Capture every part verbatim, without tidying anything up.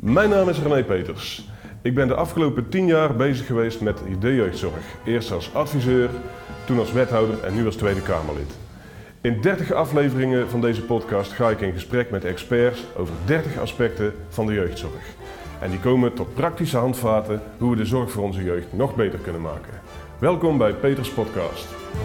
Mijn naam is René Peters. Ik ben de afgelopen tien jaar bezig geweest met de jeugdzorg. Eerst als adviseur, toen als wethouder en nu als Tweede Kamerlid. In dertig afleveringen van deze podcast ga ik in gesprek met experts over dertig aspecten van de jeugdzorg. En die komen tot praktische handvaten hoe we de zorg voor onze jeugd nog beter kunnen maken. Welkom bij Peters Podcast.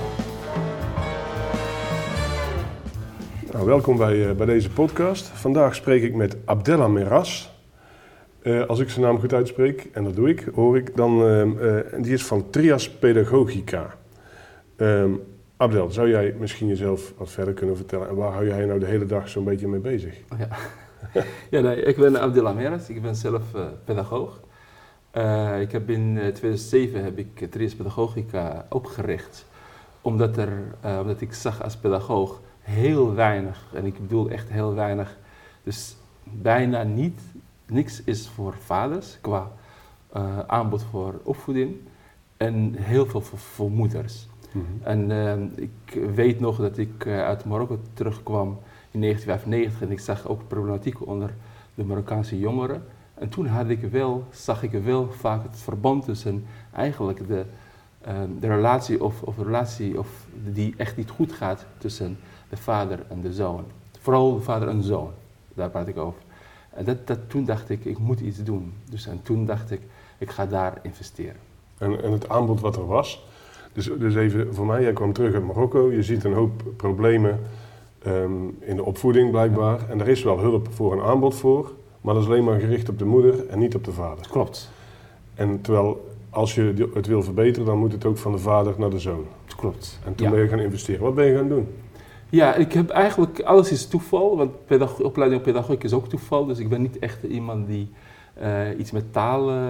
Nou, welkom bij, uh, bij deze podcast. Vandaag spreek ik met Abdella Meras. Uh, als ik zijn naam goed uitspreek, en dat doe ik, hoor ik, dan, uh, uh, die is van Trias Pedagogica. Um, Abdel, zou jij misschien jezelf wat verder kunnen vertellen en waar hou jij nou de hele dag zo'n beetje mee bezig? Ja, ja nee, ik ben Abdella Meras, ik ben zelf uh, pedagoog. Uh, ik heb in uh, tweeduizend zeven heb ik Trias Pedagogica opgericht, omdat, er, uh, omdat ik zag als pedagoog heel weinig, en ik bedoel echt heel weinig, dus bijna niet, niks is voor vaders qua uh, aanbod voor opvoeding en heel veel voor, voor moeders. Mm-hmm. En uh, ik weet nog dat ik uh, uit Marokko terugkwam in negentien vijfennegentig en ik zag ook problematiek onder de Marokkaanse jongeren. En toen had ik wel, zag ik wel vaak het verband tussen eigenlijk de, uh, de relatie of, of relatie of die echt niet goed gaat tussen de vader en de zoon. Vooral de vader en zoon, daar praat ik over. En dat, dat, toen dacht ik, ik moet iets doen. Dus en toen dacht ik, ik ga daar investeren. En, en het aanbod wat er was, dus, dus even voor mij, jij kwam terug uit Marokko, je ziet een hoop problemen um, in de opvoeding blijkbaar. Ja. En er is wel hulp voor een aanbod voor, maar dat is alleen maar gericht op de moeder en niet op de vader. Klopt. En terwijl, als je het wil verbeteren, dan moet het ook van de vader naar de zoon. Klopt. En toen ja. ben je gaan investeren. Wat ben je gaan doen? Ja, ik heb eigenlijk, alles is toeval, want pedag- opleiding op pedagogiek is ook toeval. Dus ik ben niet echt iemand die uh, iets met taal, uh,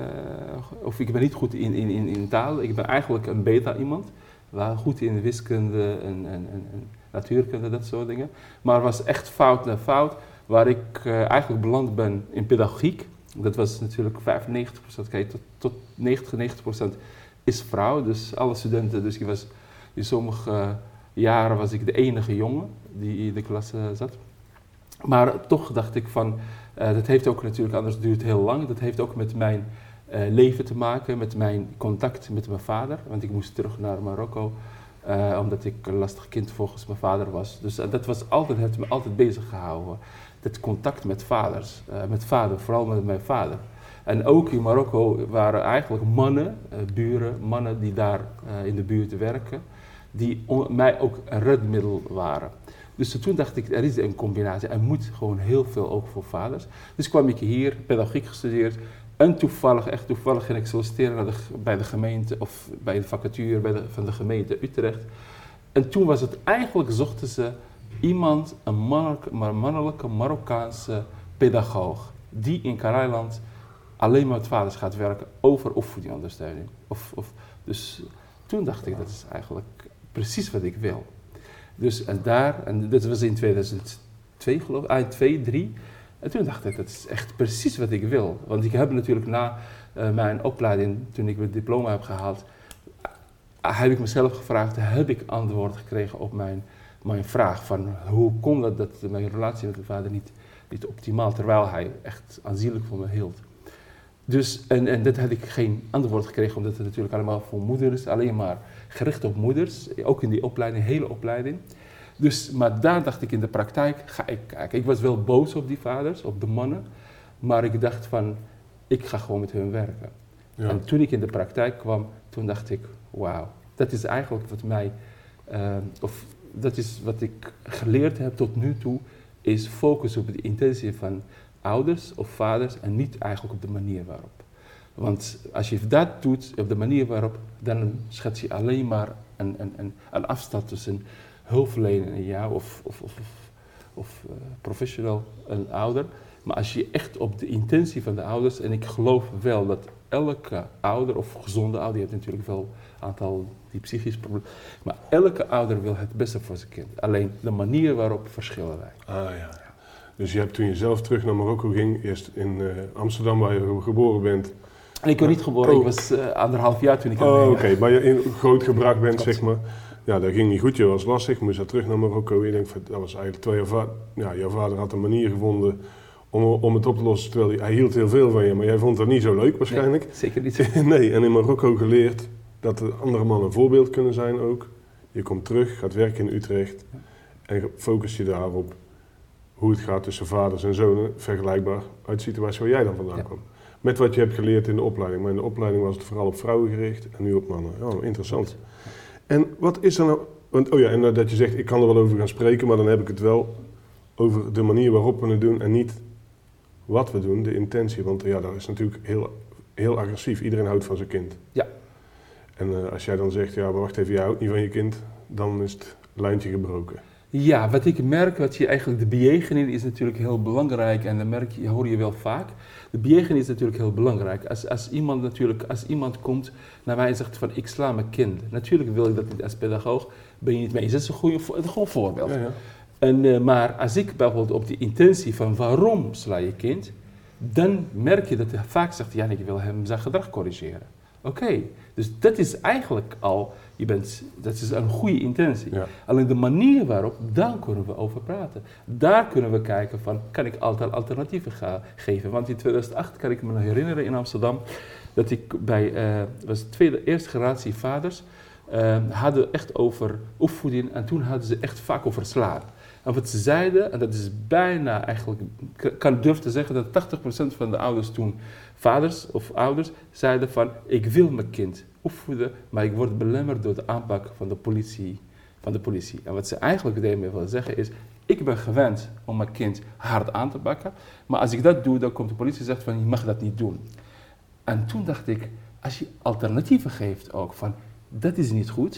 of ik ben niet goed in, in, in, in taal. Ik ben eigenlijk een beta iemand, waar goed in wiskunde en, en, en, en natuurkunde, dat soort dingen. Maar het was echt fout na fout, waar ik uh, eigenlijk beland ben in pedagogiek. Dat was natuurlijk vijfennegentig procent, kijk, tot, tot negenennegentig procent is vrouw, dus alle studenten, dus ik was in sommige uh, jaren was ik de enige jongen die in de klas uh, zat. Maar toch dacht ik van, uh, dat heeft ook natuurlijk, anders duurt het heel lang, dat heeft ook met mijn uh, leven te maken, met mijn contact met mijn vader. Want ik moest terug naar Marokko, uh, omdat ik een lastig kind volgens mijn vader was. Dus uh, dat was altijd, heeft me altijd bezig gehouden. Dat contact met vaders, uh, met vader, vooral met mijn vader. En ook in Marokko waren eigenlijk mannen, uh, buren, mannen die daar uh, in de buurt werken, die on- mij ook een redmiddel waren. Dus toen dacht ik, er is een combinatie. Er moet gewoon heel veel ook voor vaders. Dus kwam ik hier, pedagogiek gestudeerd. En toevallig, echt toevallig, ging ik solliciteren naar de, bij de gemeente, of bij de vacature bij de, van de gemeente Utrecht. En toen was het eigenlijk, zochten ze iemand, een mannelijke, maar mannelijke Marokkaanse pedagoog, die in Kareiland alleen maar met vaders gaat werken over opvoedingondersteuning. Of, of, dus toen dacht ik, dat is eigenlijk precies wat ik wil. Dus en daar, en dat was in tweeduizend twee geloof ik, ah, twee, drie. En toen dacht ik, dat is echt precies wat ik wil. Want ik heb natuurlijk na uh, mijn opleiding, toen ik mijn diploma heb gehaald, uh, heb ik mezelf gevraagd, heb ik antwoord gekregen op mijn, mijn vraag van hoe komt dat dat mijn relatie met mijn vader niet, niet optimaal, terwijl hij echt aanzienlijk voor me hield. Dus, en, en dat had ik geen antwoord gekregen, omdat het natuurlijk allemaal voor moeders, alleen maar gericht op moeders, ook in die opleiding, hele opleiding. Dus, maar daar dacht ik in de praktijk, ga ik kijken. Ik was wel boos op die vaders, op de mannen, maar ik dacht van, ik ga gewoon met hun werken. Ja. En toen ik in de praktijk kwam, toen dacht ik, wauw, dat is eigenlijk wat mij, uh, of dat is wat ik geleerd heb tot nu toe, is focus op de intentie van ouders of vaders en niet eigenlijk op de manier waarop. Want als je dat doet, op de manier waarop, dan schets je alleen maar een, een, een, een afstand tussen hulpverlener en jou of, of, of, of, of uh, professional en ouder. Maar als je echt op de intentie van de ouders, en ik geloof wel dat elke ouder of gezonde ouder, je hebt natuurlijk wel een aantal die psychisch problemen, maar elke ouder wil het beste voor zijn kind. Alleen de manier waarop verschillen wij. Ah ja. Dus je hebt toen je zelf terug naar Marokko ging, eerst in uh, Amsterdam waar je geboren bent. En ik ben niet geboren, oh. ik was uh, anderhalf jaar toen ik er Oh, ben. oké, okay. Maar je in grootgebracht bent, zeg maar. Ja, dat ging niet goed, je was lastig, moest je terug naar Marokko. Je denkt, dat was eigenlijk twee jaar vader. Ja, jouw vader had een manier gevonden om, om het op te lossen, terwijl hij, hij hield heel veel van je, maar jij vond dat niet zo leuk waarschijnlijk. Nee, zeker niet. Nee, en in Marokko geleerd dat de andere mannen een voorbeeld kunnen zijn ook. Je komt terug, gaat werken in Utrecht en focus je daarop hoe het gaat tussen vaders en zonen, vergelijkbaar uit de situatie waar jij dan vandaan ja. kwam. Met wat je hebt geleerd in de opleiding, maar in de opleiding was het vooral op vrouwen gericht en nu op mannen. Oh, interessant. En wat is er nou, want, oh ja, en dat je zegt ik kan er wel over gaan spreken, maar dan heb ik het wel over de manier waarop we het doen en niet wat we doen, de intentie. Want ja, dat is natuurlijk heel, heel agressief. Iedereen houdt van zijn kind. Ja. En uh, als jij dan zegt, ja, maar wacht even, jij houdt niet van je kind, dan is het lijntje gebroken. Ja, wat ik merk, wat je eigenlijk, de bejegening is natuurlijk heel belangrijk en dat merk je, hoor je wel vaak. De bejegening is natuurlijk heel belangrijk. Als, als iemand natuurlijk, als iemand komt naar mij en zegt van ik sla mijn kind. Natuurlijk wil ik dat niet als pedagoog, ben je niet mee eens. Dat is een goede, een goed voorbeeld. Ja, ja. En, uh, maar als ik bijvoorbeeld op die intentie van waarom sla je kind, dan merk je dat hij vaak zegt, ja, ik wil hem zijn gedrag corrigeren. Oké, okay. Dus dat is eigenlijk al, je bent, dat is een goede intentie. Ja. Alleen de manier waarop, daar kunnen we over praten. Daar kunnen we kijken van, kan ik altijd alternatieven ga, geven? Want in tweeduizend acht kan ik me nog herinneren in Amsterdam, dat ik bij, uh, was de tweede, eerste generatie vaders, uh, hadden echt over opvoeding en toen hadden ze echt vaak over slaan. En wat ze zeiden, en dat is bijna eigenlijk, ik kan durf te zeggen dat tachtig procent van de ouders toen, vaders of ouders, zeiden van ik wil mijn kind opvoeden, maar ik word belemmerd door de aanpak van de politie. Van de politie. En wat ze eigenlijk daarmee willen zeggen is, ik ben gewend om mijn kind hard aan te pakken, maar als ik dat doe, dan komt de politie en zegt van je mag dat niet doen. En toen dacht ik, als je alternatieven geeft ook van dat is niet goed,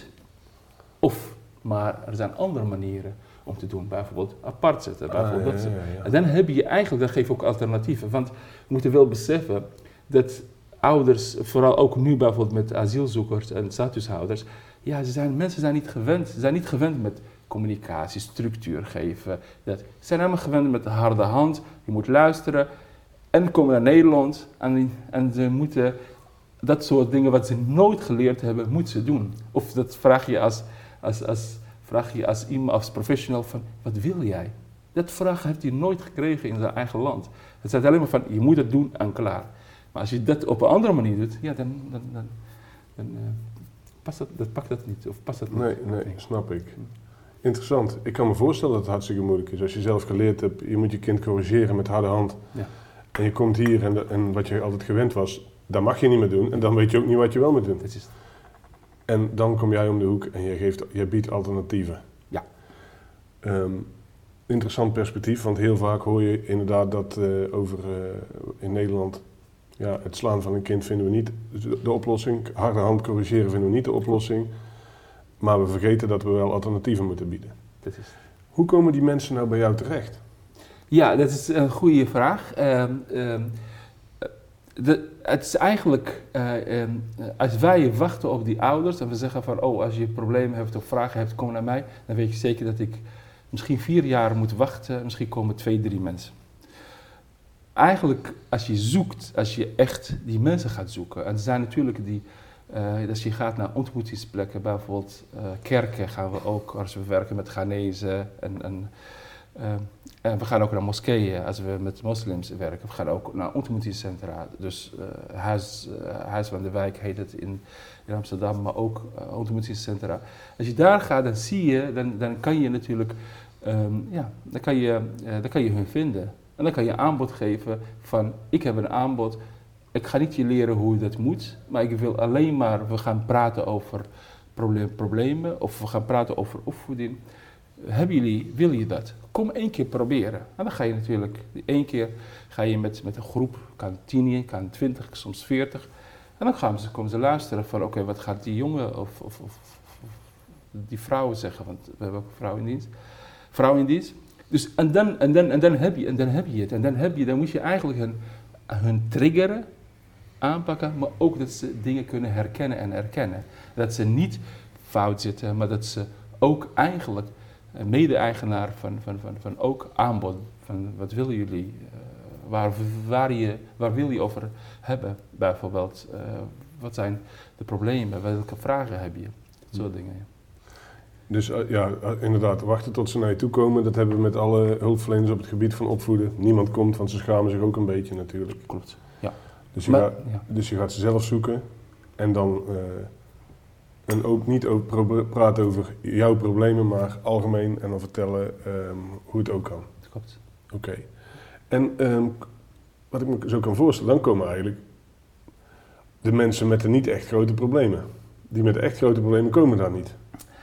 of maar er zijn andere manieren om te doen, bijvoorbeeld apart zetten. Bijvoorbeeld ah, ja, ja, ja. En dan heb je eigenlijk, dat geeft ook alternatieven. Want we moeten wel beseffen dat ouders, vooral ook nu bijvoorbeeld met asielzoekers en statushouders, ja, ze zijn, mensen zijn niet gewend, ze zijn niet gewend met communicatie, structuur geven. Dat. Ze zijn helemaal gewend met de harde hand, je moet luisteren en komen naar Nederland en, en ze moeten dat soort dingen wat ze nooit geleerd hebben, moeten ze doen. Of dat vraag je als, als, als vraag je als iemand, als professional van, wat wil jij? Dat vraag heeft hij nooit gekregen in zijn eigen land. Het zegt alleen maar van, je moet het doen en klaar. Maar als je dat op een andere manier doet, ja, dan, dan, dan, dan uh, past dat, dat pakt dat niet. Of past dat niet. Nee, nee, snap ik. Interessant. Ik kan me voorstellen dat het hartstikke moeilijk is. Als je zelf geleerd hebt, je moet je kind corrigeren met harde hand. Ja. En je komt hier en, de, en wat je altijd gewend was, dat mag je niet meer doen. En dan weet je ook niet wat je wel moet doen. Dat is En dan kom jij om de hoek en je, geeft, je biedt alternatieven. Ja. Um, interessant perspectief, want heel vaak hoor je inderdaad dat uh, over uh, in Nederland, ja, het slaan van een kind vinden we niet de, de oplossing. Harde hand corrigeren vinden we niet de oplossing. Maar we vergeten dat we wel alternatieven moeten bieden. Dat is... Hoe komen die mensen nou bij jou terecht? Ja, dat is een goede vraag. Uh, uh, De, het is eigenlijk, uh, um, als wij wachten op die ouders en we zeggen van, oh, als je problemen hebt of vragen hebt, kom naar mij, dan weet je zeker dat ik misschien vier jaar moet wachten, misschien komen twee, drie mensen. Eigenlijk, als je zoekt, als je echt die mensen gaat zoeken, en er zijn natuurlijk die, uh, als je gaat naar ontmoetingsplekken, bijvoorbeeld uh, kerken gaan we ook, als we werken met Ghanezen en, en Uh, en we gaan ook naar moskeeën als we met moslims werken. We gaan ook naar ontmoetingscentra. Dus uh, huis, uh, huis van de Wijk heet het in, in Amsterdam, maar ook uh, ontmoetingscentra. Als je daar gaat, dan zie je, dan, dan kan je natuurlijk, um, ja, dan kan je, uh, dan kan je hun vinden. En dan kan je aanbod geven van, ik heb een aanbod, ik ga niet je leren hoe je dat moet, maar ik wil alleen maar, we gaan praten over probleem, problemen, of we gaan praten over opvoeding. Hebben jullie, wil je dat? Kom één keer proberen. En dan ga je natuurlijk, één keer ga je met, met een groep, kan tien, kan twintig, soms veertig. En dan gaan ze, komen ze luisteren van, oké, okay, wat gaat die jongen of, of, of, of die vrouwen zeggen? Want we hebben ook vrouwen in dienst. Vrouwen in dienst. Dus, en dan, en dan, en dan, heb, je, en dan heb je het. En dan heb je, dan moet je eigenlijk hun, hun triggeren, aanpakken, maar ook dat ze dingen kunnen herkennen en erkennen. Dat ze niet fout zitten, maar dat ze ook eigenlijk mede-eigenaar van, van, van, van ook aanbod, van wat willen jullie, uh, waar, waar, je, waar wil je over hebben, bijvoorbeeld, uh, wat zijn de problemen, welke vragen heb je, dat soort dingen. Ja. Dus uh, ja, uh, inderdaad, wachten tot ze naar je toe komen. Dat hebben we met alle hulpverleners op het gebied van opvoeden. Niemand komt, want ze schamen zich ook een beetje natuurlijk. Klopt, ja. Dus je, Maar, gaat, ja. dus je gaat ze zelf zoeken en dan uh, en ook niet over pro- praten over jouw problemen, maar algemeen en dan vertellen um, hoe het ook kan. Klopt. Oké. Okay. En um, wat ik me zo kan voorstellen, dan komen eigenlijk de mensen met de niet echt grote problemen. Die met de echt grote problemen komen daar niet.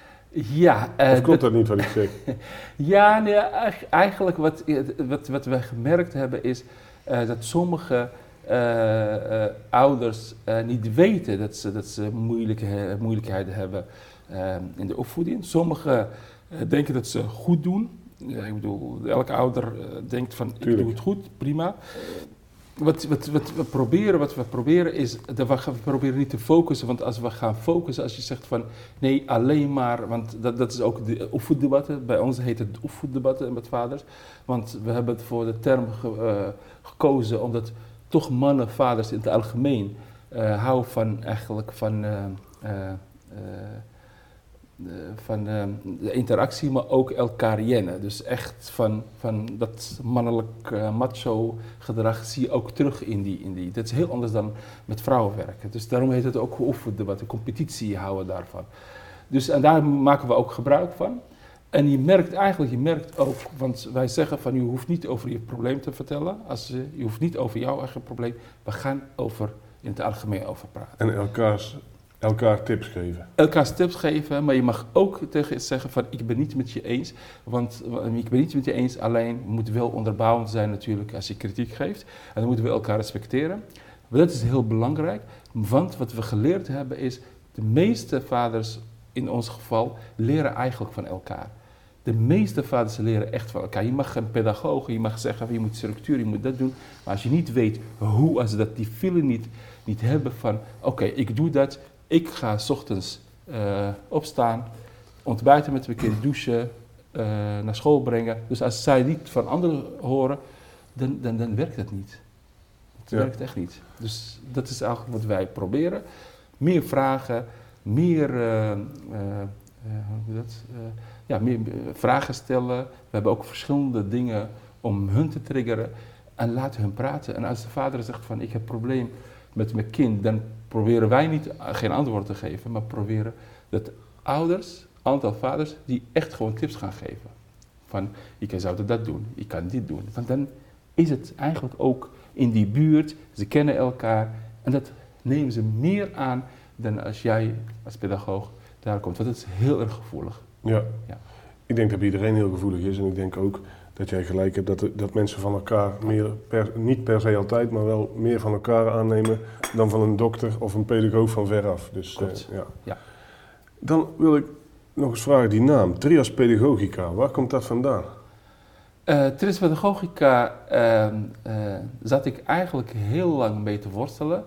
Ja, uh, of klopt dat, dat niet wat ik zeg? Ja, nee, eigenlijk wat, wat, wat we gemerkt hebben is uh, dat sommige uh, uh, ouders uh, niet weten dat ze, dat ze moeilijke, moeilijkheden hebben uh, in de opvoeding. Sommigen uh, denken dat ze goed doen. Uh, ik bedoel, elke ouder uh, denkt van Tuurlijk. ik doe het goed, prima. Wat, wat, wat, we proberen, wat we proberen is, dat we, we proberen niet te focussen, want als we gaan focussen, als je zegt van nee, alleen maar, want dat, dat is ook de opvoeddebatten, bij ons heet het opvoeddebatten met vaders, want we hebben het voor de term ge, uh, gekozen, omdat toch mannen, vaders in het algemeen uh, houden van eigenlijk van, uh, uh, uh, Uh, van uh, de interactie, maar ook elkaar jennen. Dus echt van, van dat mannelijk uh, macho gedrag zie je ook terug in die, in die. Dat is heel anders dan met vrouwen werken. Dus daarom heet het ook geoefend, de competitie houden daarvan. Dus en daar maken we ook gebruik van. En je merkt eigenlijk, je merkt ook, want wij zeggen van je hoeft niet over je probleem te vertellen. Als je, je hoeft niet over jouw eigen probleem. We gaan over, in het algemeen over praten. En elkaars... Elkaar tips geven. Elkaar tips geven, maar je mag ook tegen zeggen van ik ben niet met je eens. Want ik ben niet met je eens, alleen moet wel onderbouwend zijn natuurlijk als je kritiek geeft. En dan moeten we elkaar respecteren. Maar dat is heel belangrijk, want wat we geleerd hebben is, de meeste vaders in ons geval leren eigenlijk van elkaar. De meeste vaders leren echt van elkaar. Je mag een pedagoog, je mag zeggen je moet structuur, je moet dat doen. Maar als je niet weet hoe, als ze dat die feeling niet, niet hebben van oké, okay, ik doe dat. Ik ga 's ochtends uh, opstaan, ontbijten met mijn kind, douchen, uh, naar school brengen. Dus als zij niet van anderen horen, dan, dan, dan werkt het niet. Het ja. werkt echt niet. Dus dat is eigenlijk wat wij proberen. Meer vragen, meer, uh, uh, uh, hoe dat, uh, ja, meer uh, vragen stellen. We hebben ook verschillende dingen om hun te triggeren en laten hun praten. En als de vader zegt van ik heb een probleem met mijn kind, dan proberen wij niet geen antwoord te geven, maar proberen dat ouders, aantal vaders, die echt gewoon tips gaan geven. Van, ik zou dat doen, ik kan dit doen. Want dan is het eigenlijk ook in die buurt, ze kennen elkaar en dat nemen ze meer aan dan als jij als pedagoog daar komt. Want dat is heel erg gevoelig. Ja, ja. Ik denk dat iedereen heel gevoelig is en ik denk ook dat jij gelijk hebt dat, dat mensen van elkaar meer, per, niet per se altijd, maar wel meer van elkaar aannemen dan van een dokter of een pedagoog van veraf. Dus, uh, ja. Ja. Dan wil ik nog eens vragen, die naam, Trias Pedagogica, waar komt dat vandaan? Uh, Trias Pedagogica uh, uh, zat ik eigenlijk heel lang mee te worstelen.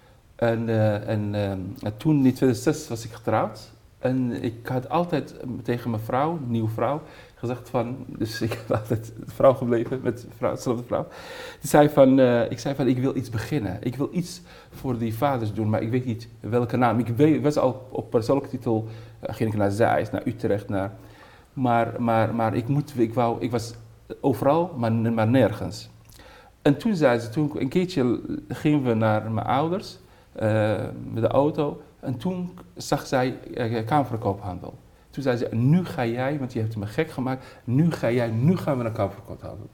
En, uh, en uh, toen in tweeduizend zes was ik getrouwd. En ik had altijd tegen mijn vrouw, een nieuwe vrouw, gezegd van, dus ik ben altijd vrouw gebleven met vrouw, dezelfde vrouw. Die zei van, uh, ik zei van, ik wil iets beginnen. Ik wil iets voor die vaders doen, maar ik weet niet welke naam. Ik weet, was al op persoonlijke titel, uh, ging ik naar Zeist, naar Utrecht, naar, maar, maar, maar ik, moet, ik, wou, ik was overal, maar, maar nergens. En toen zei ze, toen een keertje gingen we naar mijn ouders uh, met de auto. En toen zag zij uh, kamerverkoophandel. Toen zei ze, nu ga jij, want je hebt me gek gemaakt, nu ga jij, nu gaan we naar kamerverkoophandel.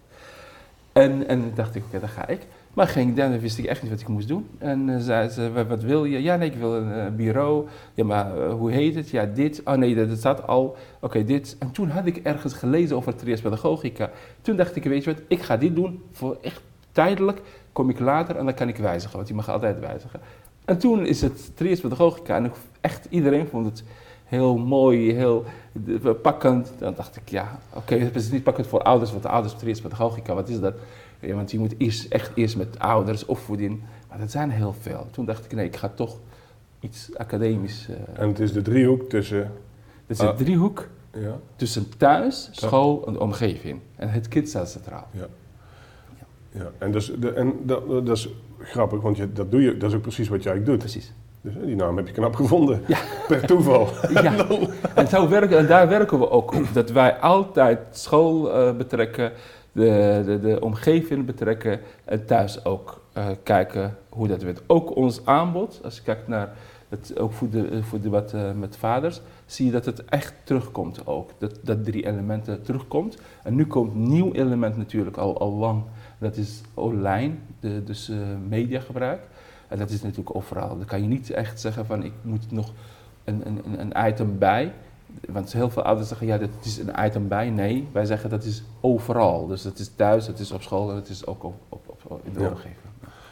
En, en dacht ik, oké, okay, daar ga ik. Maar ging, dan wist ik echt niet wat ik moest doen. En uh, zei ze, wat, wat wil je? Ja, nee, ik wil een uh, bureau. Ja, maar uh, hoe heet het? Ja, dit. Oh nee, dat, dat staat al. Oké, okay, dit. En toen had ik ergens gelezen over Trias Pedagogica. Toen dacht ik, weet je wat, ik ga dit doen voor echt tijdelijk. Kom ik later en dan kan ik wijzigen, want je mag altijd wijzigen. En toen is het Trias Pedagogica en echt iedereen vond het heel mooi, heel pakkend. Dan dacht ik, ja, oké, okay, het is niet pakkend voor ouders, want de ouders Trias Pedagogica, wat is dat? Ja, want je moet eerst, echt eerst met ouders opvoeding, maar dat zijn heel veel. Toen dacht ik, nee, ik ga toch iets academisch. Uh, en het is de driehoek tussen... Het is de driehoek ja. tussen thuis, school en de omgeving. En het kind staat centraal. Ja. Ja, en, dus de, en dat, dat is grappig, want je, dat doe je, dat is ook precies wat jij doet. Precies. Dus die naam heb je knap gevonden, ja. per toeval. Ja, en, zo werken, en daar werken we ook op. Dat wij altijd school uh, betrekken, de, de, de omgeving betrekken en thuis ook uh, kijken hoe dat werkt. Ook ons aanbod, als je kijkt naar het ook voor de, voor de wat uh, met vaders, zie je dat het echt terugkomt ook. Dat, dat drie elementen terugkomt. En nu komt een nieuw element natuurlijk al, al lang. Dat is online, de, dus uh, mediagebruik. En dat is natuurlijk overal. Dan kan je niet echt zeggen van ik moet nog een, een, een item bij. Want heel veel ouders zeggen ja, dat is een item bij. Nee, wij zeggen dat is overal. Dus dat is thuis, het is op school en het is ook op, op, op, in de ja. omgeving.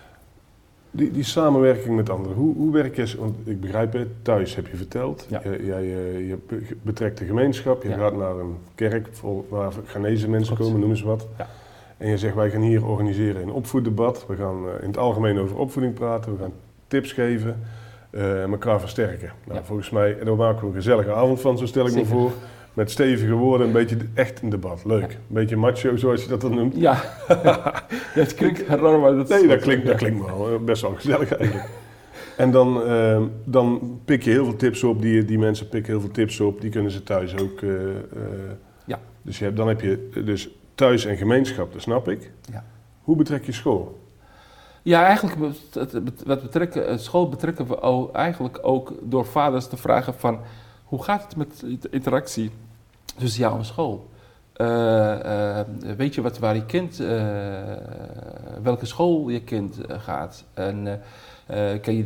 Die, die samenwerking met anderen, hoe, hoe werk je? Want ik begrijp het, thuis heb je verteld. Ja. Je, jij, je betrekt de gemeenschap, je ja. gaat naar een kerk waar Ghanese mensen Klopt. komen, noem eens wat. Ja. En je zegt wij gaan hier organiseren een opvoeddebat. We gaan uh, in het algemeen over opvoeding praten, we gaan tips geven uh, en elkaar versterken. Nou, ja. volgens mij, en daar maken we een gezellige avond van, zo stel ik Zeker. me voor. Met stevige woorden, een beetje echt een debat. Leuk. Ja. Een beetje macho, zoals je dat dan noemt. Ja, dat klinkt raar, maar dat Nee, is dat klinkt, dat klinkt wel best wel gezellig eigenlijk. En dan, uh, dan pik je heel veel tips op, die, die mensen pikken heel veel tips op, die kunnen ze thuis ook. Uh, uh, ja. Dus je hebt, dan heb je dus thuis en gemeenschap, dat snap ik. Ja. Hoe betrek je school? Ja, eigenlijk wat betrekken, school betrekken we ook, eigenlijk ook door vaders te vragen van hoe gaat het met de interactie tussen jou en school? Uh, uh, weet je wat, waar je kind, uh, welke school je kind uh, gaat? En uh, uh, kan je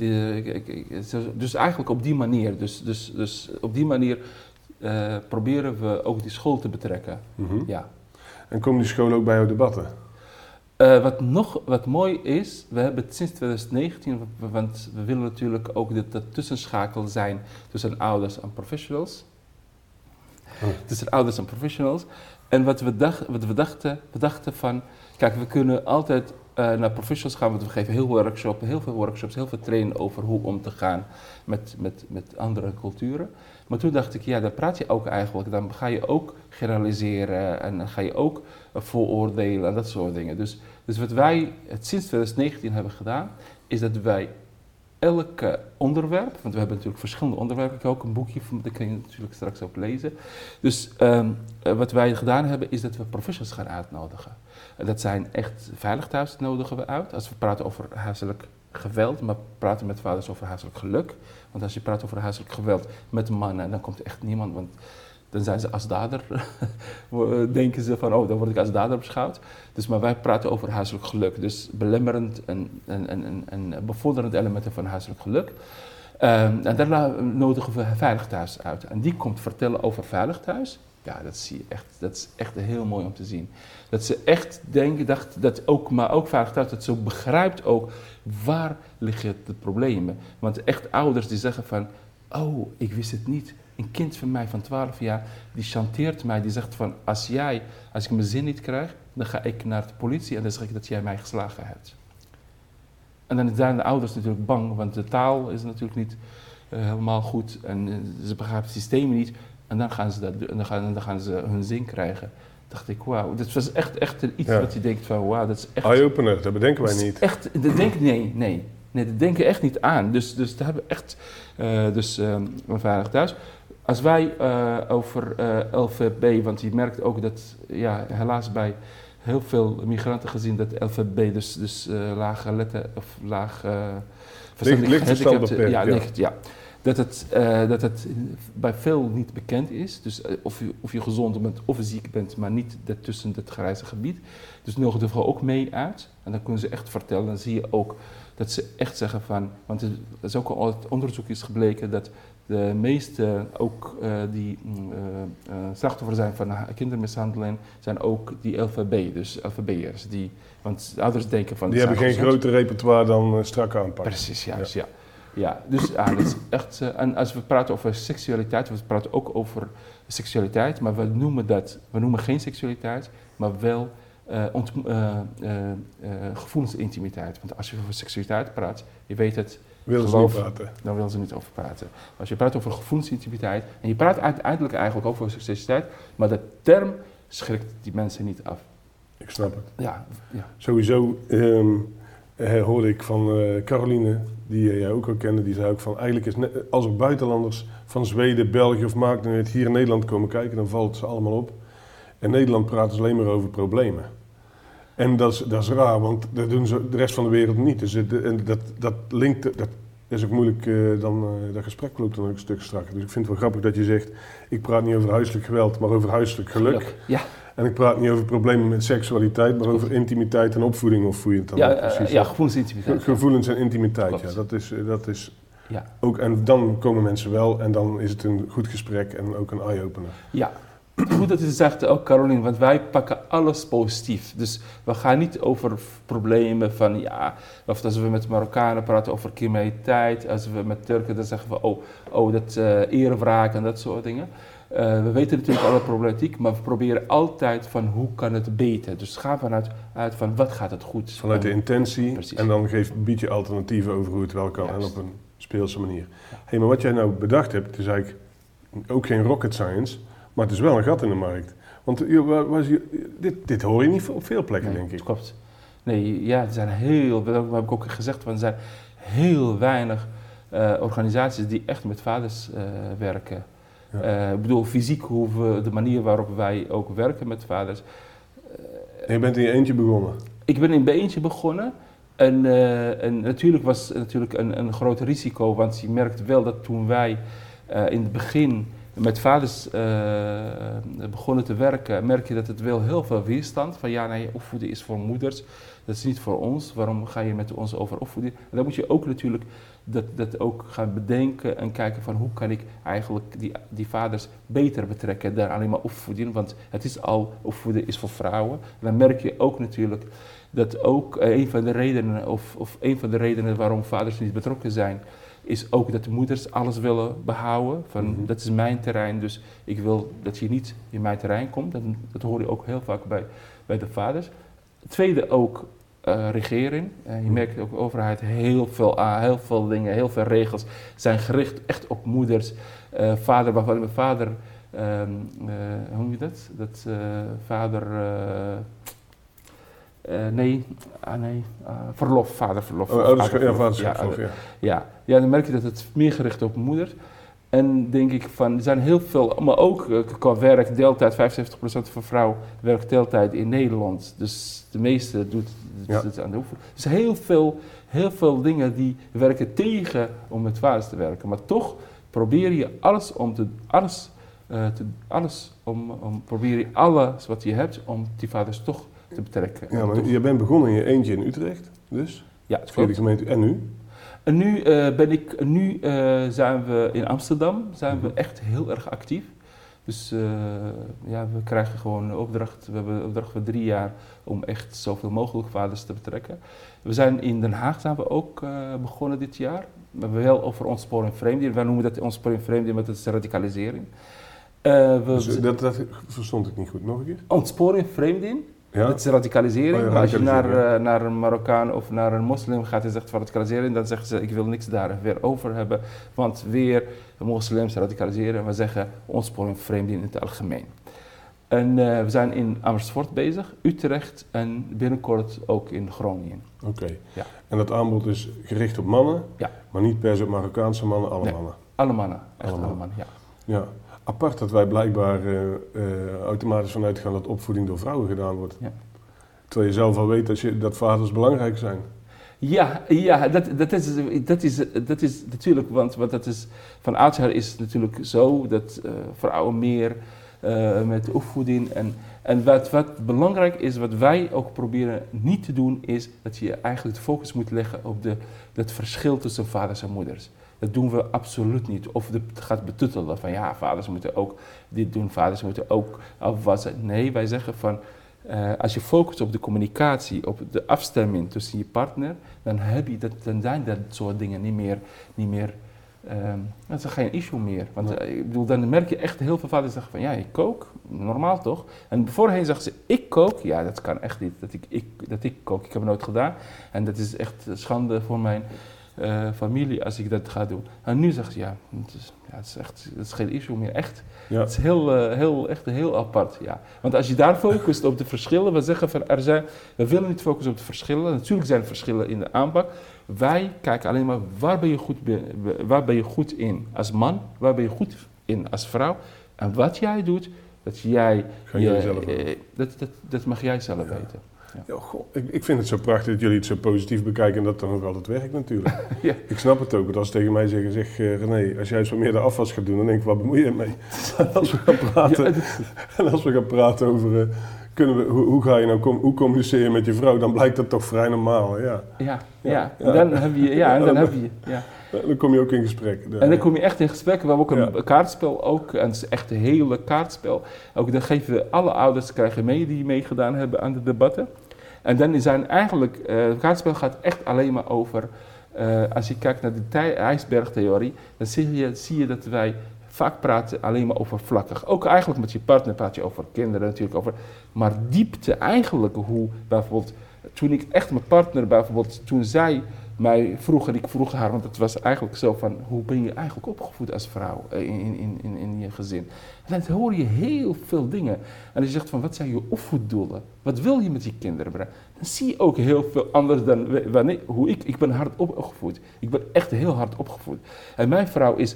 de, dus eigenlijk op die manier, dus, dus, dus op die manier uh, proberen we ook die school te betrekken. Mm-hmm. Ja. En komen die scholen ook bij jouw debatten? Uh, wat nog wat mooi is, we hebben het sinds twintig negentien, want we willen natuurlijk ook dat, dat tussenschakel zijn tussen ouders en professionals. Oh. Tussen ouders en professionals. En wat we, dacht, wat we dachten, we dachten van, kijk, we kunnen altijd uh, naar professionals gaan, want we geven heel veel workshops, heel veel workshops, heel veel trainen over hoe om te gaan met, met, met andere culturen. Maar toen dacht ik, ja, dan praat je ook eigenlijk, dan ga je ook generaliseren en dan ga je ook uh, vooroordelen en dat soort dingen. Dus, dus wat wij het sinds twintig negentien hebben gedaan, is dat wij elke onderwerp, want we hebben natuurlijk verschillende onderwerpen, ik heb ook een boekje, dat kan je natuurlijk straks ook lezen. Dus um, uh, wat wij gedaan hebben, is dat we professionals gaan uitnodigen. Uh, dat zijn echt veilig thuis nodigen we uit, als we praten over huiselijk geweld, maar praten met vaders over huiselijk geluk. Want als je praat over huiselijk geweld met mannen, dan komt er echt niemand, want dan zijn ze als dader, denken ze van, oh, dan word ik als dader beschouwd. Dus, maar wij praten over huiselijk geluk, dus belemmerend en, en, en, en bevorderend elementen van huiselijk geluk. Um, en daar nodigen we Veilig Thuis uit. En die komt vertellen over Veilig Thuis. Ja, dat zie je echt, dat is echt heel mooi om te zien. Dat ze echt denken, dacht, dat ook, maar ook Veilig Thuis, dat ze begrijpt ook waar liggen de problemen. Want echt ouders die zeggen van, oh, ik wist het niet. Een kind van mij van twaalf jaar, die chanteert mij, die zegt van, als jij, als ik mijn zin niet krijg, dan ga ik naar de politie en dan zeg ik dat jij mij geslagen hebt. En dan zijn de ouders natuurlijk bang, want de taal is natuurlijk niet uh, helemaal goed en uh, ze begrijpen het systeem niet. En dan gaan ze, dat, dan gaan, dan gaan ze hun zin krijgen. Dacht ik, wauw, dit was echt, echt iets ja. wat je denkt van, wauw, dat is echt... Eye-opener, dat bedenken wij niet. Echt, dat denk, nee, nee, nee, dat denken echt niet aan. Dus, dus daar hebben we echt, uh, dus um, Veilig Thuis. Als wij uh, over uh, L V B, want je merkt ook dat, ja, helaas bij heel veel migranten gezien dat L V B, dus, dus uh, lage letter of laag uh, verstandig ja, ja. ja, dat het, uh, dat het bij veel niet bekend is. Dus uh, of, je, of je gezond bent of ziek bent, maar niet tussen het grijze gebied. Dus nodigen we ook mee uit. En dan kunnen ze echt vertellen. Dan zie je ook dat ze echt zeggen van, want het is ook al het onderzoek is gebleken dat de meeste ook uh, die uh, uh, slachtoffer zijn van kindermishandeling, zijn ook die L V B, dus L V B'ers. Die, want ouders denken van... Die hebben geen gezond. groter repertoire dan uh, strak aanpakken. Precies, juist, ja. ja. ja. Dus ja, dat is echt... Uh, en als we praten over seksualiteit, we praten ook over seksualiteit, maar we noemen dat, we noemen geen seksualiteit, maar wel uh, ont, uh, uh, uh, gevoelsintimiteit. Want als je over seksualiteit praat, je weet het... Willen ze niet praten. Dan willen ze niet over praten. Als je praat over gevoelsintimiteit, en je praat uiteindelijk eigenlijk over seksualiteit, maar de term schrikt die mensen niet af. Ik snap het. Ja. ja. Sowieso, um, uh, hoorde ik van uh, Caroline, die uh, jij ook al kende, die zei ook van eigenlijk is net, als er buitenlanders van Zweden, België of maakt het hier in Nederland komen kijken, dan valt het ze allemaal op. In Nederland praten ze alleen maar over problemen. En dat is, dat is raar, want dat doen ze de rest van de wereld niet. Dus het, en dat, dat linkt, dat is ook moeilijk, uh, dan, uh, dat gesprek loopt dan ook een stuk strakker. Dus ik vind het wel grappig dat je zegt, ik praat niet over huiselijk geweld, maar over huiselijk geluk. geluk. Ja. En ik praat niet over problemen met seksualiteit, maar over intimiteit en opvoeding, of hoe je het dan ja, uh, precies ja, gevoelens en intimiteit. Ge gevoelens en intimiteit, Klopt. ja. Dat is, dat is ja. ook, en dan komen mensen wel en dan is het een goed gesprek en ook een eye-opener. Ja. Goed dat je zegt, ook Caroline, want wij pakken alles positief. Dus we gaan niet over problemen van, ja, of als we met Marokkanen praten over criminaliteit, als we met Turken, dan zeggen we, oh, oh dat uh, eerwraak en dat soort dingen. Uh, we weten natuurlijk alle problematiek, maar we proberen altijd van hoe kan het beter. Dus ga vanuit uit van wat gaat het goed. Vanuit de intentie Precies. En dan geef, bied je alternatieven over hoe het wel kan. Juist. En op een speelse manier. Ja. Hey, maar wat jij nou bedacht hebt, is eigenlijk ook geen rocket science, maar het is wel een gat in de markt. Want joh, was je, dit, dit hoor je niet op veel plekken, nee, denk ik. Klopt. Nee, ja, er zijn heel, dat heb ik ook gezegd, want er zijn heel weinig uh, organisaties die echt met vaders uh, werken. Ja. Uh, ik bedoel, fysiek hoe we, de manier waarop wij ook werken met vaders. Uh, en je bent in je eentje begonnen? Ik ben in mijn eentje begonnen. En, uh, en natuurlijk was het natuurlijk een, een groot risico, want je merkt wel dat toen wij uh, in het begin met vaders uh, begonnen te werken, merk je dat het wel heel veel weerstand van ja, nee, opvoeden is voor moeders, dat is niet voor ons, waarom ga je met ons over opvoeden? En dan moet je ook natuurlijk dat, dat ook gaan bedenken en kijken van hoe kan ik eigenlijk die, die vaders beter betrekken dan alleen maar opvoeden, want het is al, opvoeden is voor vrouwen. En dan merk je ook natuurlijk dat ook een van de redenen, of, of een van de redenen waarom vaders niet betrokken zijn, is ook dat de moeders alles willen behouden. Van, mm-hmm. Dat is mijn terrein, dus ik wil dat je niet in mijn terrein komt. Dat, dat hoor je ook heel vaak bij, bij de vaders. Tweede ook uh, regering. Uh, je merkt ook de overheid heel veel aan, heel veel dingen, heel veel regels zijn gericht echt op moeders. Uh, vader, waarvan mijn vader, um, uh, hoe noem je dat? Dat uh, vader... Uh, Uh, nee, ah, nee. Uh, verlof, vaderverlof. Oh, ouderschap, ja, vaderschap, ja, ja, ja. ja, dan merk je dat het meer gericht op moeders. En denk ik van, er zijn heel veel, maar ook uh, qua werk, deeltijd, vijfenzeventig procent van vrouw werkt deeltijd in Nederland. Dus de meeste doet het ja. aan de oefening. Dus heel veel, heel veel dingen die werken tegen om met vaders te werken. Maar toch probeer je alles om te, alles, uh, te, alles om, om, probeer je alles wat je hebt om die vaders toch te betrekken. Ja, maar je bent begonnen in je eentje in Utrecht, dus? Ja, het klopt. De gemeente. En nu? En nu, uh, ben ik, nu uh, zijn we in Amsterdam, zijn mm-hmm. we echt heel erg actief. Dus uh, ja, we krijgen gewoon een opdracht, we hebben een opdracht voor drie jaar om echt zoveel mogelijk vaders te betrekken. We zijn in Den Haag zijn we ook uh, begonnen dit jaar. We hebben wel over ontsporing vreemden. Wij noemen dat ontsporing vreemden, maar dat is radicalisering. Uh, we dus dat, dat verstond ik niet goed, nog een keer? Ontsporing vreemden. Ja? Dat is radicalisering. Oh ja, maar als je naar, ja. uh, naar een Marokkaan of naar een moslim gaat en zegt van radicalisering, dan zeggen ze ik wil niks daar weer over hebben, want weer moslims radicaliseren. We zeggen ontsporing vreemden in het algemeen. En uh, we zijn in Amersfoort bezig, Utrecht en binnenkort ook in Groningen. Oké. Okay. Ja. En dat aanbod is gericht op mannen, ja. maar niet per se op Marokkaanse mannen, alle nee, mannen? Alle mannen, echt alle alle mannen, mannen ja. ja. Apart dat wij blijkbaar uh, uh, automatisch vanuit gaan dat opvoeding door vrouwen gedaan wordt. Ja. Terwijl je zelf al weet dat, je, dat vaders belangrijk zijn. Ja, ja dat, dat, is, dat, is, dat is natuurlijk, want, want dat is, van oudsher is het natuurlijk zo dat uh, vrouwen meer uh, met opvoeding en, en wat, wat belangrijk is, wat wij ook proberen niet te doen, is dat je eigenlijk de focus moet leggen op de, het verschil tussen vaders en moeders. Dat doen we absoluut niet. Of het gaat betuttelen van ja, vaders moeten ook dit doen, vaders moeten ook afwassen. Nee, wij zeggen van uh, als je focust op de communicatie, op de afstemming tussen je partner, dan, heb je dat, dan zijn dat soort dingen niet meer, niet meer um, dat is geen issue meer. Want uh, ik bedoel, dan merk je echt heel veel vaders zeggen van ja, ik kook, normaal toch? En voorheen zeggen ze, ik kook, ja, dat kan echt niet, dat ik, ik, dat ik kook. Ik heb het nooit gedaan en dat is echt schande voor mijn uh, familie als ik dat ga doen. En nu zegt ze, ja, het is, ja, het is echt, het is geen issue meer, echt. Ja. Het is heel, uh, heel, echt heel apart, ja. Want als je daar focust op de verschillen, we zeggen van, er zijn, we willen niet focussen op de verschillen. Natuurlijk zijn er verschillen in de aanpak. Wij kijken alleen maar, waar ben je goed, waar ben je goed in als man, waar ben je goed in als vrouw. En wat jij doet, dat jij, je, uh, dat, dat, dat mag jij zelf ja. weten. Ja. Ja, goh, ik, ik vind het zo prachtig dat jullie het zo positief bekijken en dat dan ook altijd werkt natuurlijk. Ja. Ik snap het ook, want als ze tegen mij zeggen, zeg uh, René, als jij eens wat meer de afwas gaat doen, dan denk ik, wat bemoei je ermee? Als we gaan praten, ja, en als we gaan praten over, uh, kunnen we, hoe, hoe ga je nou, com- hoe communiceer je met je vrouw, dan blijkt dat toch vrij normaal. Ja, ja, ja. ja. ja. Dan heb je, ja, en dan heb je, ja. Dan kom je ook in gesprek. En dan kom je echt in gesprek. We hebben ook een ja. kaartspel, ook, en het is echt een hele kaartspel. Ook dan geven we alle ouders krijgen mee die meegedaan hebben aan de debatten. En dan zijn eigenlijk, uh, het kaartspel gaat echt alleen maar over, uh, als je kijkt naar de tij- ijsbergtheorie, dan zie je, zie je dat wij vaak praten alleen maar over vlakkig. Ook eigenlijk met je partner praat je over kinderen natuurlijk, over, maar diepte eigenlijk hoe bijvoorbeeld, toen ik echt mijn partner bijvoorbeeld, toen zij mij vroeg en ik vroeg haar, want het was eigenlijk zo van, hoe ben je eigenlijk opgevoed als vrouw in, in, in, in je gezin? En dan hoor je heel veel dingen. En als je zegt van, wat zijn je opvoeddoelen? Wat wil je met je kinderen brengen? Dan zie je ook heel veel anders dan wanneer, hoe ik, ik ben hard opgevoed. Ik ben echt heel hard opgevoed. En mijn vrouw is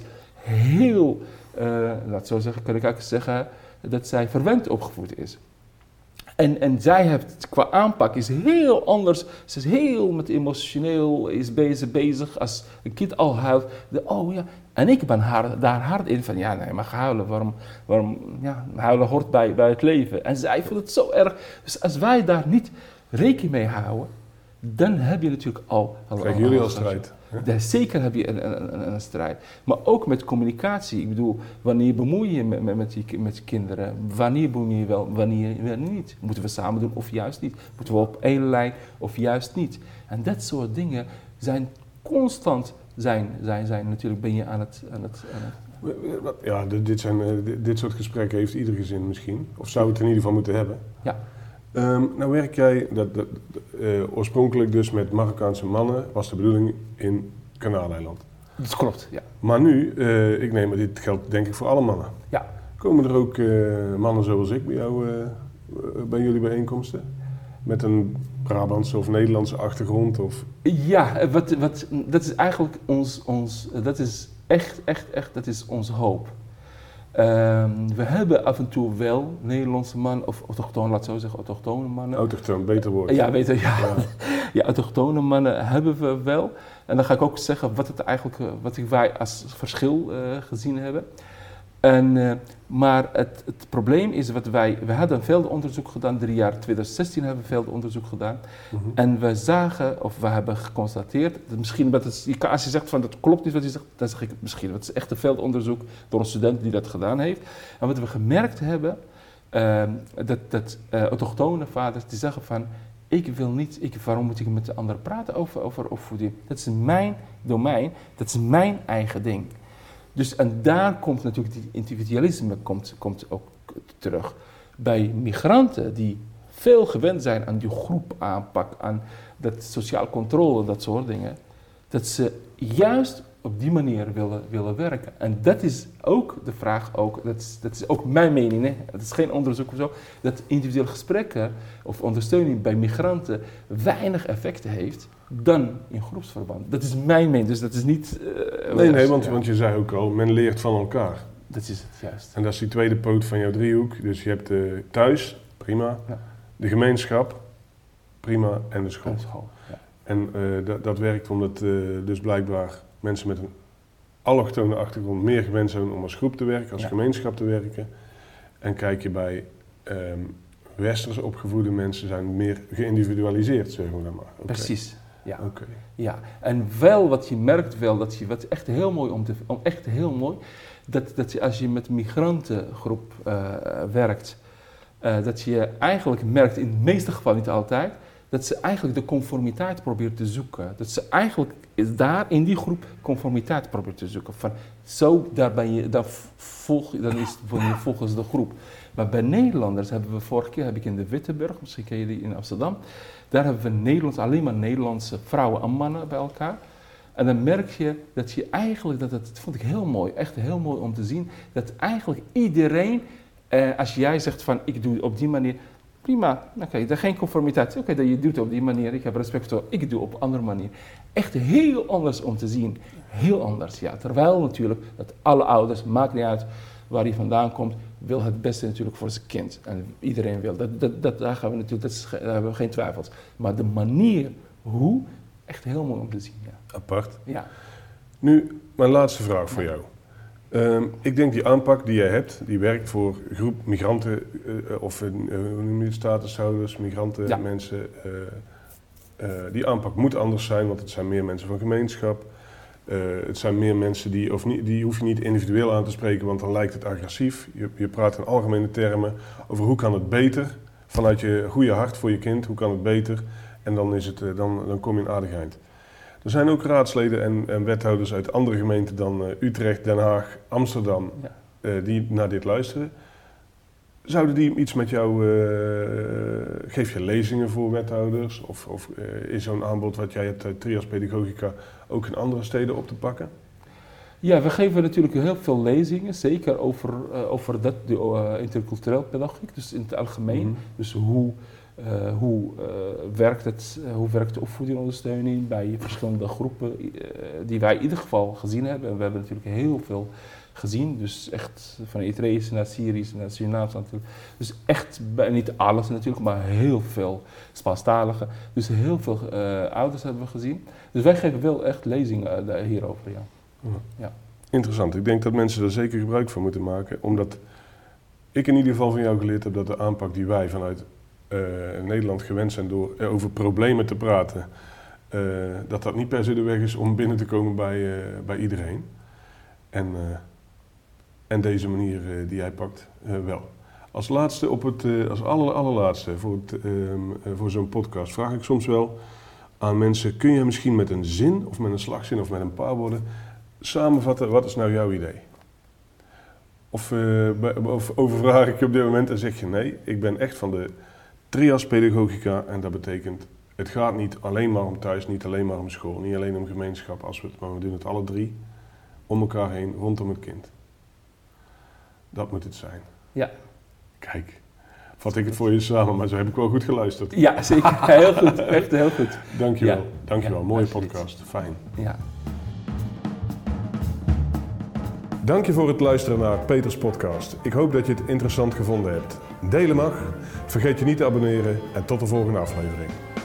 heel, uh, laat zo zeggen, kan ik eigenlijk zeggen, dat zij verwend opgevoed is. En, en zij heeft, qua aanpak is heel anders. Ze is heel met emotioneel, is bezig, bezig als een kind al huilt. De, oh ja, en ik ben haar, daar hard in van, ja nee, maar huilen, waarom, waarom, ja, huilen hoort bij, bij het leven. En zij voelt het zo erg. Dus als wij daar niet rekening mee houden, dan heb je natuurlijk al... al Krijgen jullie al strijd? Ja, zeker heb je een, een, een, een strijd. Maar ook met communicatie. Ik bedoel, wanneer bemoei je met, met, met, die, met kinderen? Wanneer bemoei je wel, wanneer wel niet? Moeten we samen doen of juist niet? Moeten we op één lijn of juist niet? En dat soort dingen zijn constant, zijn, zijn, zijn natuurlijk ben je aan het... Aan het, aan het ja, dit, zijn, dit soort gesprekken heeft ieder gezin misschien. Of zou het in ieder geval moeten hebben. Ja. Um, nou werk jij dat, dat, uh, oorspronkelijk dus met Marokkaanse mannen, was de bedoeling in Kanaaleiland. Dat klopt, ja. Maar nu, uh, ik neem maar dit geldt denk ik voor alle mannen. Ja. Komen er ook uh, mannen zoals ik bij jou, uh, bij jullie bijeenkomsten? Met een Brabantse of Nederlandse achtergrond? Of? Ja, wat, wat, dat is eigenlijk ons, ons, dat is echt, echt, echt, dat is onze hoop. Um, we hebben af en toe wel Nederlandse mannen, of autochtone, laat zo zeggen, autochtone mannen. Autochtoon, beter woord. Ja, beter, ja. Ja. Ja, autochtone mannen hebben we wel. En dan ga ik ook zeggen wat, het eigenlijk, wat wij als verschil uh, gezien hebben. En, uh, maar het, het probleem is wat wij, we hadden een veldonderzoek gedaan, drie jaar twintig zestien hebben we veldonderzoek gedaan. Mm-hmm. En we zagen, of we hebben geconstateerd, dat misschien, dat het, als je zegt van dat klopt niet wat je zegt, dan zeg ik misschien, het is echt een veldonderzoek door een student die dat gedaan heeft. En wat we gemerkt hebben, uh, dat, dat uh, autochtone vaders die zeggen van, ik wil niet, ik, waarom moet ik met de anderen praten over, over opvoeding? Dat is mijn domein, dat is mijn eigen ding. Dus en daar komt natuurlijk die individualisme komt, komt ook terug. Bij migranten die veel gewend zijn aan die groepaanpak, aan dat sociaal controle, dat soort dingen, dat ze juist op die manier willen, willen werken. En dat is ook de vraag, ook, dat, is, dat is ook mijn mening, hè? Het is geen onderzoek of zo, dat individuele gesprekken of ondersteuning bij migranten weinig effecten heeft dan in groepsverband. Dat is mijn mening, dus dat is niet... Uh, nee, nee, want, ja. want je zei ook al, men leert van elkaar. Dat is het, juist. En dat is die tweede poot van jouw driehoek. Dus je hebt uh, thuis, prima. Ja. De gemeenschap, prima. En de school. En, de school, ja. en uh, dat, dat werkt omdat uh, dus blijkbaar mensen met een allochtone achtergrond meer gewend zijn om als groep te werken, als ja. gemeenschap te werken. En kijk je bij um, westers opgevoede mensen zijn meer geïndividualiseerd, zeggen we dan maar. Okay. Precies. Ja. Okay. Ja, en wel wat je merkt wel, dat je, wat echt heel mooi om te, om echt heel mooi, dat, dat je als je met een migrantengroep uh, werkt, uh, dat je eigenlijk merkt, in de meeste gevallen niet altijd, dat ze eigenlijk de conformiteit probeert te zoeken. Dat ze eigenlijk daar in die groep conformiteit probeert te zoeken. Van zo, daar ben je, daar volg, dan is het volgens de groep. Maar bij Nederlanders hebben we vorige keer, heb ik in de Witteburg, misschien ken je die in Amsterdam, daar hebben we Nederlands, alleen maar Nederlandse vrouwen en mannen bij elkaar. En dan merk je dat je eigenlijk, dat, dat vond ik heel mooi, echt heel mooi om te zien, dat eigenlijk iedereen, eh, als jij zegt van ik doe op die manier, prima, oké, okay, er is geen conformiteit, oké, okay, dat je doet op die manier, ik heb respect voor, ik doe op een andere manier. Echt heel anders om te zien, heel anders, ja. Terwijl natuurlijk, dat alle ouders, maakt niet uit waar hij vandaan komt, wil het beste natuurlijk voor zijn kind. En iedereen wil, dat, dat, dat, daar, gaan we natuurlijk, dat is, daar hebben we geen twijfels. Maar de manier, hoe, echt heel mooi om te zien, ja. Apart. Ja. Nu, mijn laatste vraag voor jou. Um, ik denk die aanpak die jij hebt, die werkt voor groep migranten, uh, of uh, hoe noem je het, statushouders, migranten, ja. mensen. Uh, uh, die aanpak moet anders zijn, want het zijn meer mensen van gemeenschap. Uh, het zijn meer mensen die, of niet, die hoef je niet individueel aan te spreken, want dan lijkt het agressief. Je, je praat in algemene termen over hoe kan het beter, vanuit je goede hart voor je kind, hoe kan het beter. En dan, is het, uh, dan, dan kom je in aardig eind. Er zijn ook raadsleden en, en wethouders uit andere gemeenten dan uh, Utrecht, Den Haag, Amsterdam, ja. uh, die naar dit luisteren. Zouden die iets met jou, uh, geef je lezingen voor wethouders? Of, of uh, is zo'n aanbod wat jij hebt uit Trias Pedagogica ook in andere steden op te pakken? Ja, we geven natuurlijk heel veel lezingen, zeker over, uh, over dat, de uh, intercultureel pedagogiek, dus in het algemeen. Mm-hmm. Dus hoe... Uh, hoe, uh, werkt het, uh, hoe werkt de opvoedingondersteuning bij verschillende groepen uh, die wij in ieder geval gezien hebben. En we hebben natuurlijk heel veel gezien, dus echt van Eritreërs naar Syriërs naar Surinaams natuurlijk. Dus echt, niet alles natuurlijk, maar heel veel Spaanstaligen. Dus heel veel uh, ouders hebben we gezien. Dus wij geven wel echt lezingen uh, hierover, ja. Ja. Ja. Interessant, ik denk dat mensen er zeker gebruik van moeten maken, omdat ik in ieder geval van jou geleerd heb dat de aanpak die wij vanuit Uh, in Nederland gewend zijn door uh, over problemen te praten, uh, dat dat niet per se de weg is om binnen te komen bij, uh, bij iedereen. En, uh, en deze manier uh, die jij pakt, uh, wel. Als laatste, op het, uh, als aller, allerlaatste voor, het, uh, uh, voor zo'n podcast vraag ik soms wel aan mensen, kun je misschien met een zin of met een slagzin of met een paar woorden samenvatten, wat is nou jouw idee? Of, uh, of overvraag ik je op dit moment en zeg je nee, ik ben echt van de Trias Pedagogica en dat betekent, het gaat niet alleen maar om thuis, niet alleen maar om school, niet alleen om gemeenschap, als we het, maar we doen het alle drie om elkaar heen, rondom het kind. Dat moet het zijn. Ja. Kijk, vat ik het voor je samen, maar zo heb ik wel goed geluisterd. Ja, zeker. Heel goed. Echt heel goed. Dankjewel. Ja. Dankjewel. Ja, mooie podcast. Fijn. Ja. Dank je voor het luisteren naar Peters podcast. Ik hoop dat je het interessant gevonden hebt. Delen mag. Vergeet je niet te abonneren en tot de volgende aflevering.